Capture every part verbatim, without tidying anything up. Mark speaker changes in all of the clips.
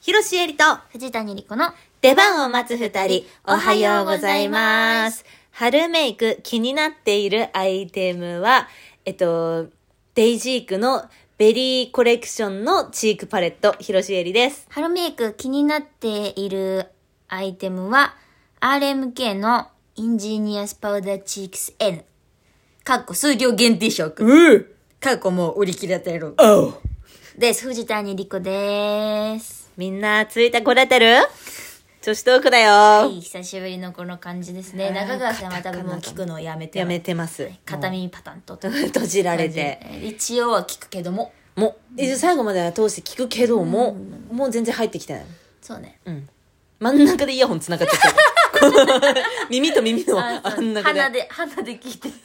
Speaker 1: 広瀬えりと
Speaker 2: 藤谷莉子の
Speaker 1: 出番を待つ二人、おはようございます。春メイク気になっているアイテムは、えっと、デイジークのベリーコレクションのチークパレット、広瀬えりです。
Speaker 2: 春メイク気になっているアイテムは アールエムケー のインジニアスパウダーチークス N。かっこ数量限定色。
Speaker 1: うぅ
Speaker 2: かっこもう売り切れてる。
Speaker 1: おう
Speaker 2: です。藤谷莉子です。
Speaker 1: みんなついてこれてる？女子トークだよ。
Speaker 2: はい、久しぶりのこの感じですね。中川さんは多分もう聞くのをやめて
Speaker 1: やめてます。
Speaker 2: 片耳パタンと
Speaker 1: 閉じられて。
Speaker 2: 一応は聞くけども。
Speaker 1: もう、最後までは通して聞くけども、うん、もう全然入ってきてない。
Speaker 2: そうね。
Speaker 1: うん。真ん中でイヤホン繋がっちゃった耳と耳の真ん中で。
Speaker 2: 鼻で、鼻で聞いてる。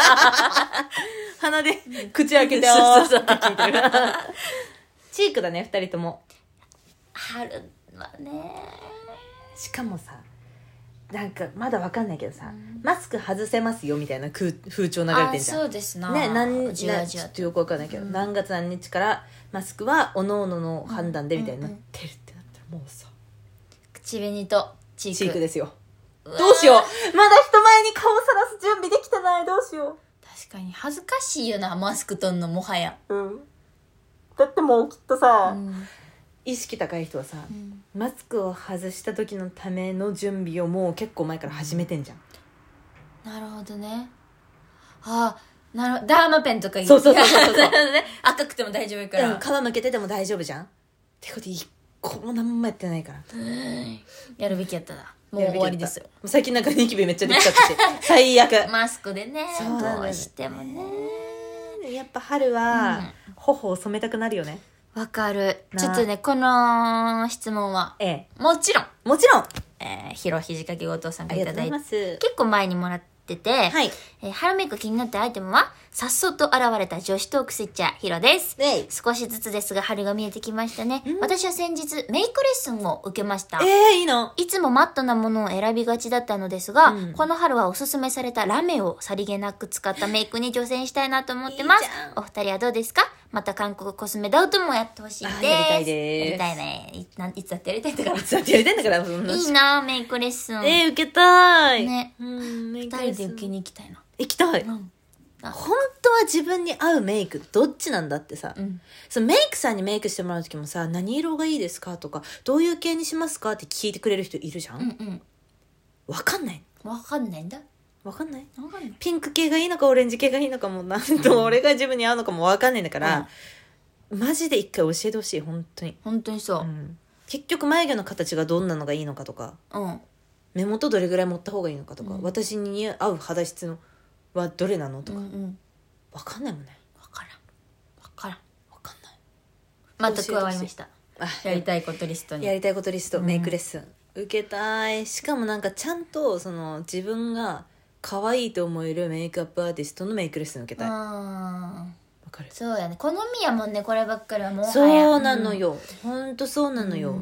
Speaker 1: 鼻で口開けて、そうそうそうって聞いてる。チークだね、二人とも。
Speaker 2: 春はね。
Speaker 1: しかもさ、なんかまだわかんないけどさ、うん、マスク外せますよみたいな風潮流れてんじゃん。
Speaker 2: あ、そうですな。
Speaker 1: ね、何
Speaker 2: じわじわ
Speaker 1: ちょっとよくわかんないけど、うん、何月何日からマスクはおのおのの判断でみたいになってるってなったらもうさ、
Speaker 2: 口紅とチーク。
Speaker 1: チークですよ。どうしよう。まだ人前に顔さらす準備できてない。どうしよう。
Speaker 2: 確かに恥ずかしいよな、マスクとんのもはや。
Speaker 1: うん。だってもうきっとさ、
Speaker 2: うん、
Speaker 1: 意識高い人はさ、
Speaker 2: うん、
Speaker 1: マスクを外した時のための準備をもう結構前から始めてんじゃん。
Speaker 2: なるほどね。ああ、なるほど。ダーマペンとかいい。
Speaker 1: そうそうそうそうそう
Speaker 2: 赤くても大丈夫から。
Speaker 1: うん、皮むけてても大丈夫じゃん。ってことで一個も何もやってないから。
Speaker 2: やるべきやったな。もう終わりですよ。
Speaker 1: 最近なんかニキビめっちゃできちゃったし最悪。
Speaker 2: マスクでね、どうしてもね。
Speaker 1: やっぱ春は、うん、頬を染めたくなるよね。
Speaker 2: わかる。ちょっとね、この質問は、
Speaker 1: ええ、
Speaker 2: もちろん、
Speaker 1: もちろん、
Speaker 2: えー、広ひじかけごとうさんがいただいて、
Speaker 1: ありがとうございます。
Speaker 2: 結構前にもらってて、
Speaker 1: はい。
Speaker 2: えー、春メイク気になったアイテムは、さっそと現れた女子トークスイッチャー、ヒロです。少しずつですが、春が見えてきましたね。私は先日、メイクレッスンを受けました。
Speaker 1: ええー、いいの？
Speaker 2: いつもマットなものを選びがちだったのですが、
Speaker 1: うん、
Speaker 2: この春はおすすめされたラメをさりげなく使ったメイクに挑戦したいなと思ってます。いいお二人はどうですか？また韓国コスメダウトもやってほしいです。
Speaker 1: やりたいです。
Speaker 2: やりたいね。い, なんいつだってやりたいんだから。
Speaker 1: いつだってやりたいんだから。
Speaker 2: いいなメイクレッスン。
Speaker 1: えー、受けたい。
Speaker 2: ね。
Speaker 1: うん、
Speaker 2: メイクレッスン。二人で受けに行きたいな。
Speaker 1: 行きたい。うん、本当は自分に合うメイクどっちなんだってさ、うん、そのメイクさんにメイクしてもらう時もさ、何色がいいですかとか、どういう系にしますかって聞いてくれる人いるじゃん。うんうん。わかんない。
Speaker 2: わかんないんだ。
Speaker 1: わかんない
Speaker 2: わかんない。
Speaker 1: ピンク系がいいのかオレンジ系がいいのかも、なんと俺が自分に合うのかもわかんないんだから、うん、マジで一回教えてほしい。本当に
Speaker 2: 本当にそう、
Speaker 1: うん、結局眉毛の形がどんなのがいいのかとか、
Speaker 2: うん、
Speaker 1: 目元どれぐらい持った方がいいのかとか、うん、私に合う肌質のはどれなのとか、うんうん、分かんないもんね。
Speaker 2: 分からん分からん
Speaker 1: 分かんない。
Speaker 2: また加わりました。やりたいことリストに。
Speaker 1: やりたいことリスト、うん、メイクレッスン受けたい。しかもなんかちゃんとその自分が可愛いと思えるメイクアップアーティストのメイクレッスン受けたい。あ、分かる。
Speaker 2: そうやね、好みやもんね、こればっかりはもう。
Speaker 1: そうなのよ、うん、ほんとそうなのよ、うん、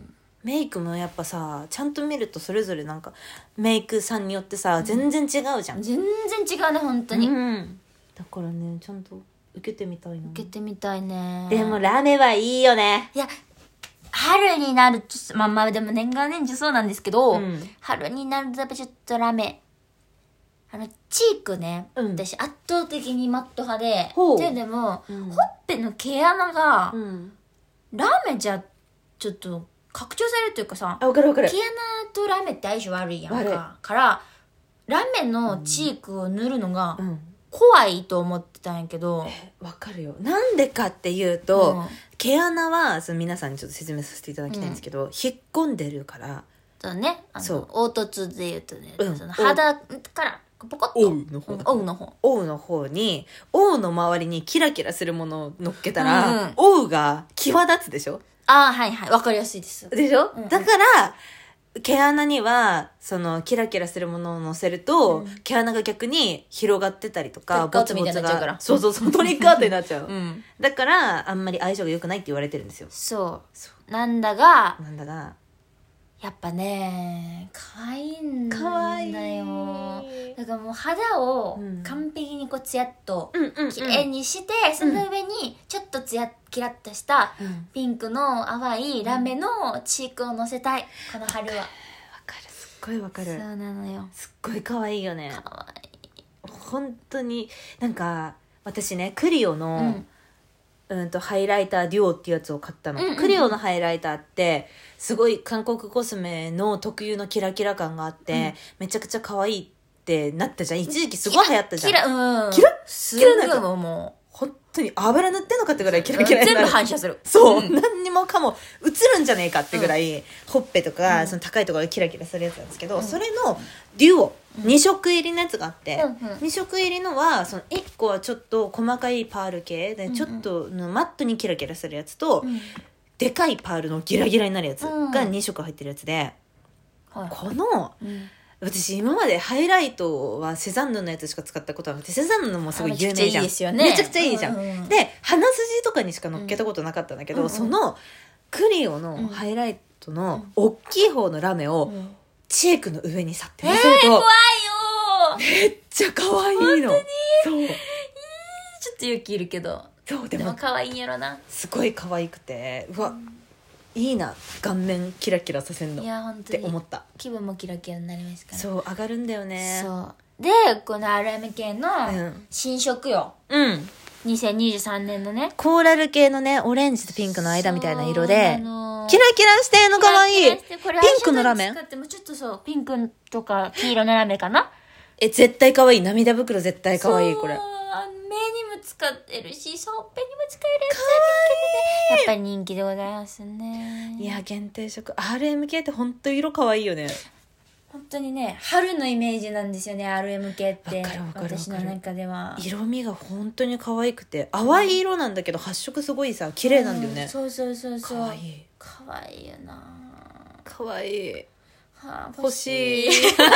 Speaker 1: メイクもやっぱさ、ちゃんと見るとそれぞれなんかメイクさんによってさ、うん、全然違うじゃん。
Speaker 2: 全然違うね、本当に、うん、
Speaker 1: だからね、ちゃんと受けてみたいな。
Speaker 2: 受けてみたいね。
Speaker 1: でもラメはいいよね。
Speaker 2: いや、春になると、まあまあでも年が年中そうなんですけど、うん、春になるとやっぱちょっとラメ、あのチークね、うん、私圧倒的にマット派で、ででも、うん、ほっぺの毛穴が、うん、ラメじゃちょっと拡張されるというかさ、
Speaker 1: あ、わかるわかる。
Speaker 2: 毛穴とラメって相性悪いやんか。からラメのチークを塗るのが怖いと思ってたんやけど、わ、
Speaker 1: うん、かるよ。なんでかっていうと、うん、毛穴はその皆さんにちょっと説明させていただきたいんですけど、うん、引っ込んでるから。
Speaker 2: そうね、あの
Speaker 1: そう
Speaker 2: 凹凸で言うとね、
Speaker 1: うん、
Speaker 2: その肌からポコッと
Speaker 1: オウの方、
Speaker 2: オウの方
Speaker 1: オウの方に、オウの周りにキラキラするものを乗っけたら、うんうん、オウが際立つでしょ。
Speaker 2: ああ、はいはい、わかりやすいです。
Speaker 1: でしょ、うんうん、だから毛穴にはそのキラキラするものを乗せると、うん、毛穴が逆に広がってたりとか、
Speaker 2: ボツボツが、
Speaker 1: そうそうそう、トリックアートになっちゃう、うん、だからあんまり相性が良くないって言われてるんですよ。
Speaker 2: そうそうなんだが
Speaker 1: なんだが
Speaker 2: やっぱね可愛いんだよ。
Speaker 1: かわいい。
Speaker 2: だからもう肌を完璧にこうツヤっと綺麗にして、うん、その上にちょっとツヤキラッとしたピンクの淡いラメのチークをのせたい、この春は。わ
Speaker 1: かる、すっごいわかる。
Speaker 2: そうなのよ。
Speaker 1: すっごい可愛いよね。
Speaker 2: 可愛い。
Speaker 1: 本当になんか私ねクリオの、うんうんとハイライターデュオっていうやつを買ったの、うんうんうん、クリオのハイライターってすごい韓国コスメの特有のキラキラ感があって、うん、めちゃくちゃ可愛いってなったじゃん。一時期すごい流行ったじゃん。
Speaker 2: キラうん
Speaker 1: キラ
Speaker 2: すごいなんかもう
Speaker 1: 本当に油塗ってんのかってぐらいキラキラになる。
Speaker 2: 全部反射する。
Speaker 1: そう、うん、何にもかも映るんじゃねえかってぐらい、うん、ほっぺとか、うん、その高いところがキラキラするやつなんですけど、うん、それのデュオ、うん、に色入りのやつがあって、うんうん、に色入りのはそのいっこはちょっと細かいパール系で、うんうん、ちょっとマットにキラキラするやつと、うん、でかいパールのギラギラになるやつがに色入ってるやつで、うん、この、うん私今までハイライトはセザンヌのやつしか使ったことなくて、セザンヌのもすごい有名じゃん。めちゃくちゃいいですよね。めちゃくちゃいいじゃん。うんうん、で、鼻筋とかにしか乗っけたことなかったんだけど、うんうん、そのクリオのハイライトの大きい方のラメをチークの上にさって乗せると、
Speaker 2: えー、怖いよ
Speaker 1: めっちゃ可愛いの。
Speaker 2: 本当に
Speaker 1: そう。
Speaker 2: ちょっと勇気いるけど。
Speaker 1: そう、でも。
Speaker 2: でも可愛いんやろな。
Speaker 1: すごい可愛くて、うわ、うんいいな顔面キラキラさせんのって思った。
Speaker 2: 気分もキラキラになりますから。
Speaker 1: そう上がるんだよね。
Speaker 2: そうでこの アールエムケー の新色よ、
Speaker 1: うん、
Speaker 2: にせんにじゅうさんねんのね
Speaker 1: コーラル系のねオレンジとピンクの間みたいな色でキラキラしてんのかわいい。ピンクのラメ使ってもちょっ
Speaker 2: とそうピンクとか黄色のラメかな。
Speaker 1: え絶対かわいい。涙袋絶対かわいい。これ
Speaker 2: 目にも使ってるしほっぺにも使えるやつやっぱり人気でございますね。
Speaker 1: いや限定色 アールエムケー ってほんと色かわいいよね。
Speaker 2: 本当にね春のイメージなんですよね アールエムケー って。
Speaker 1: わかるわかる。
Speaker 2: 私の中では
Speaker 1: 色味が本当に可愛くて淡い色なんだけど発色すごいさ綺麗なんだよね、
Speaker 2: うん、そうそうそうそう
Speaker 1: かわいい
Speaker 2: かわいいよな。
Speaker 1: かわいい、
Speaker 2: はあ、
Speaker 1: 欲しい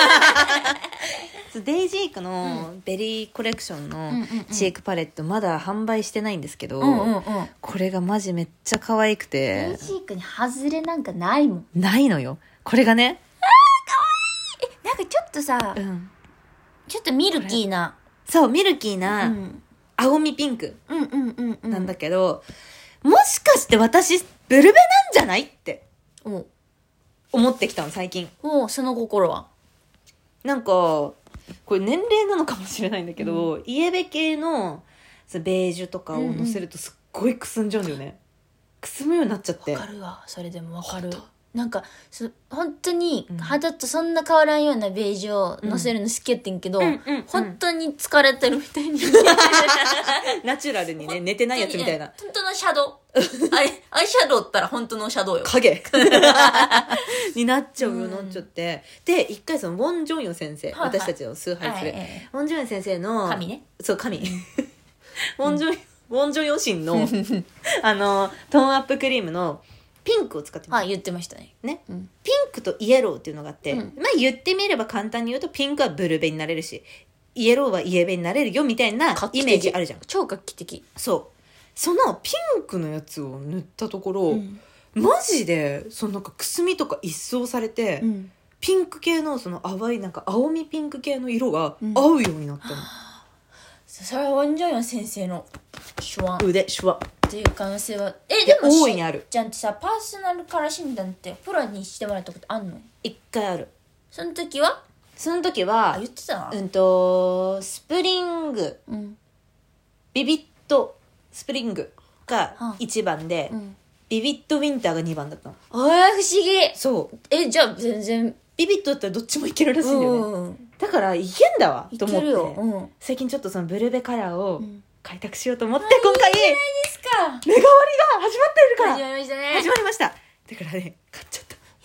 Speaker 1: デイジークのベリーコレクションのチークパレットまだ販売してないんですけど、
Speaker 2: うんうんうん、
Speaker 1: これがマジめっちゃ可愛くて
Speaker 2: デイジークに外れなんかないもん。
Speaker 1: ないのよこれがね。
Speaker 2: あーかわいい。えなんかちょっとさ、うん、ちょっとミルキーな
Speaker 1: そうミルキーな、うん、青みピンクなんだけど、うんうんうん、もしかして私ブルベなんじゃないって思ってきたの最近。
Speaker 2: おその心は
Speaker 1: なんかこれ年齢なのかもしれないんだけど、うん、イエベ系のベージュとかをのせるとすっごいくすんじゃうんだよね、うんうん、くすむようになっちゃって。
Speaker 2: わかるわそれでもわかる。なんかそ本当に肌とそんな変わらんようなベージュをのせるの好きやってんけど、うんうんうんうん、本当に疲れてるみたいに
Speaker 1: ナチュラルにね寝てないやつみたいな
Speaker 2: 本当のシャドウアイアイシャドウったら本当のシャドウよ
Speaker 1: 影になっちゃうようになっちゃって、うん、で一回そのウォン・ジョンヨ先生、はいはい、私たちの崇拝する、はいはい、ウォン・ジョンヨ先生の
Speaker 2: 神ね
Speaker 1: そう神ウォン・ジョン、うん、ウォン・ジョンヨシンのあのトーンアップクリームのピンクを使ってます。
Speaker 2: はい、言ってましたね。
Speaker 1: ね、うん、ピンクとイエローっていうのがあって、うん、まあ言ってみれば簡単に言うとピンクはブルベになれるし、イエローはイエベになれるよみたいなイメージあるじゃん。
Speaker 2: 超画期的。
Speaker 1: そう。そのピンクのやつを塗ったところ、うん、マジでそのなんかくすみとか一掃されて、うん、ピンク系のその淡いなんか青みピンク系の色が合うようになったの。うん、
Speaker 2: それはウォン・ジョンヨン先生の手腕。
Speaker 1: 腕手腕。
Speaker 2: っていう可能性はえでも
Speaker 1: 大いにある。
Speaker 2: じゃんってさパーソナルカラー診断ってプロにしてもらったことあんの？
Speaker 1: 一回ある。
Speaker 2: その時は
Speaker 1: その時は
Speaker 2: あ言ってたな。
Speaker 1: うんとスプリング、うん、ビビットスプリングがいちばんで、うん、ビビットウィンターがにばんだったの。
Speaker 2: あー不思議。
Speaker 1: そう
Speaker 2: えじゃあ全然
Speaker 1: ビビットだったらどっちもいけるらしいんだよね、うん、だからいけんだわと思って、うん、最近ちょっとそのブルベカラーを、うん開拓しようと思って今回
Speaker 2: いいじゃないですか。
Speaker 1: 目変わりが始まっているから
Speaker 2: 始まりましたね。
Speaker 1: 始まりました。だからね買っちゃった。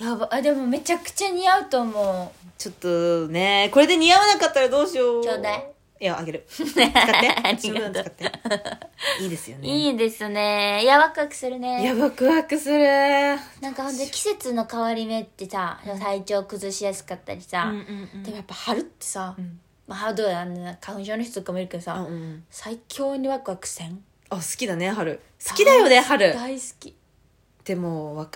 Speaker 2: やばあでもめちゃくちゃ似合うと思う。
Speaker 1: ちょっとねこれで似合わなかったらどうしよう。
Speaker 2: ちょうだい。
Speaker 1: いやあげる使って自分使っていいですよね。
Speaker 2: いいですね。やワクワクするね。
Speaker 1: いやワクワクする。
Speaker 2: なんかほんで季節の変わり目ってさ体調崩しやすかったりさ、うんうんうん、でもやっぱ春ってさ、うんまあ、ハードやんね花粉症の人とかもいるけどさ、うんうん、最強にワクワクせん。
Speaker 1: あ好きだね春好きだよね春
Speaker 2: 大好き。
Speaker 1: でも分かる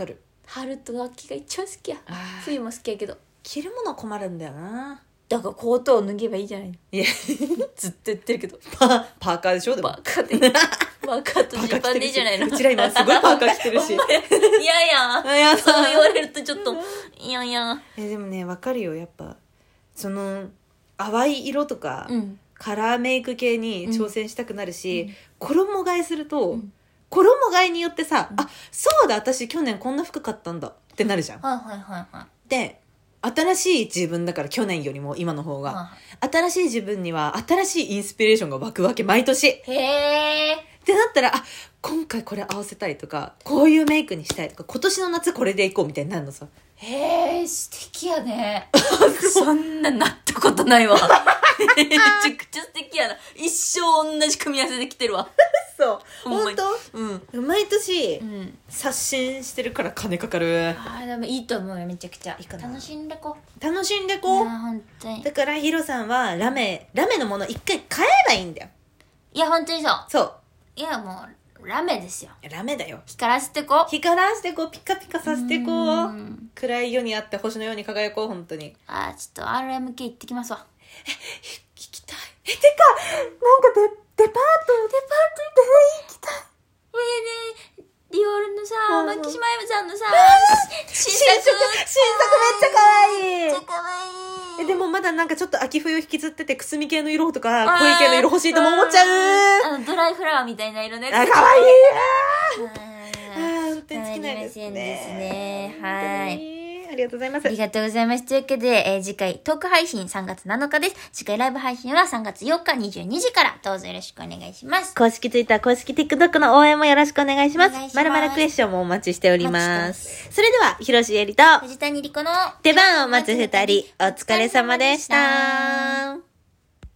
Speaker 2: 春と秋が一番好きや。
Speaker 1: あー
Speaker 2: 冬も好きやけど。
Speaker 1: 着るもの困るんだよな。
Speaker 2: だからコートを脱げばいいじゃないの。
Speaker 1: いや、
Speaker 2: ずっと言ってるけど。
Speaker 1: パー、パーカーでしょでも。
Speaker 2: バカで。バカとジーパンでいいじゃないの。
Speaker 1: うちら今すごいパーカー着てるし。
Speaker 2: いやいや。
Speaker 1: いや
Speaker 2: そう言われるとちょっと、いやいや。
Speaker 1: えでもね、わかるよ。やっぱ、その、淡い色とか、
Speaker 2: うん。
Speaker 1: カラーメイク系に挑戦したくなるし、
Speaker 2: うん
Speaker 1: 衣替えすると、
Speaker 2: うん
Speaker 1: 衣替えによってさ、
Speaker 2: うん
Speaker 1: あ、そうだ、私去年こんな服買ったんだってなるじゃん。
Speaker 2: はいはいはいはい。
Speaker 1: で、新しい自分だから去年よりも今の方が、
Speaker 2: は
Speaker 1: 新しい自分には新しいインスピレーションが湧くわけ、毎年。っ
Speaker 2: いへえ。
Speaker 1: てなったら、あ、今回これ合わせたいとか、こういうメイクにしたいとか、今年の夏これでいこうみたいになるのさ。
Speaker 2: へえ、素敵やね。そんななったことないわ。めちゃくちゃ素敵やな。一生同じ組み合わせできてるわ。
Speaker 1: そう。
Speaker 2: ほんまに
Speaker 1: 本当
Speaker 2: うん。
Speaker 1: 毎年、
Speaker 2: うん。
Speaker 1: 刷新してるから金かかる。
Speaker 2: ああ、でもいいと思うよ、めちゃくちゃ。
Speaker 1: いいかな
Speaker 2: 楽しんでこ
Speaker 1: 楽しんで
Speaker 2: う。
Speaker 1: こう。
Speaker 2: いや、ほんとに。
Speaker 1: だからヒロさんはラメ、ラメのもの一回買えばいいんだよ。
Speaker 2: いや、ほんとにそう。
Speaker 1: そう。
Speaker 2: いや、もう、ラメですよ。
Speaker 1: ラメだよ。
Speaker 2: 光らせてこう。
Speaker 1: 光らしてこう、ピカピカさせてこう。
Speaker 2: うん
Speaker 1: 暗い世にあって星のように輝こう、本当に。
Speaker 2: あー、ちょっと アールエムケー 行ってきますわ。
Speaker 1: 聞きたい。え、てか、なんかデ、デパート、デパート行きたい。
Speaker 2: これね、ディオールのさ、
Speaker 1: うん
Speaker 2: マキシマイムさんのさ、新
Speaker 1: 新作、新作めっちゃ可愛い。
Speaker 2: めっちゃ可愛い。
Speaker 1: え、でもまだなんかちょっと秋冬引きずってて、くすみ系の色とか、濃い系の色欲しいとも思っちゃう。
Speaker 2: あの、ドライフラワーみたいな色ね。
Speaker 1: あ、可愛い
Speaker 2: あ
Speaker 1: あー、運転好きなんですね。
Speaker 2: ありませんですねはい
Speaker 1: い。ありがとうございます
Speaker 2: あり。がとうございます。というわけで、えー次回トーク配信さんがつなのかです。次回ライブ配信はさんがつよっかにじゅうにじからどうぞよろしくお願いします。
Speaker 1: 公式ツイッター、公式 TikTok の応援もよろしくお願いします。
Speaker 2: お願いします
Speaker 1: まるまるクエスチョンもお待ちしており
Speaker 2: お待
Speaker 1: ま。
Speaker 2: ちして
Speaker 1: それでは、広ロえりと、
Speaker 2: 藤谷莉子の
Speaker 1: 出番を待つ二人、お疲れ様でした。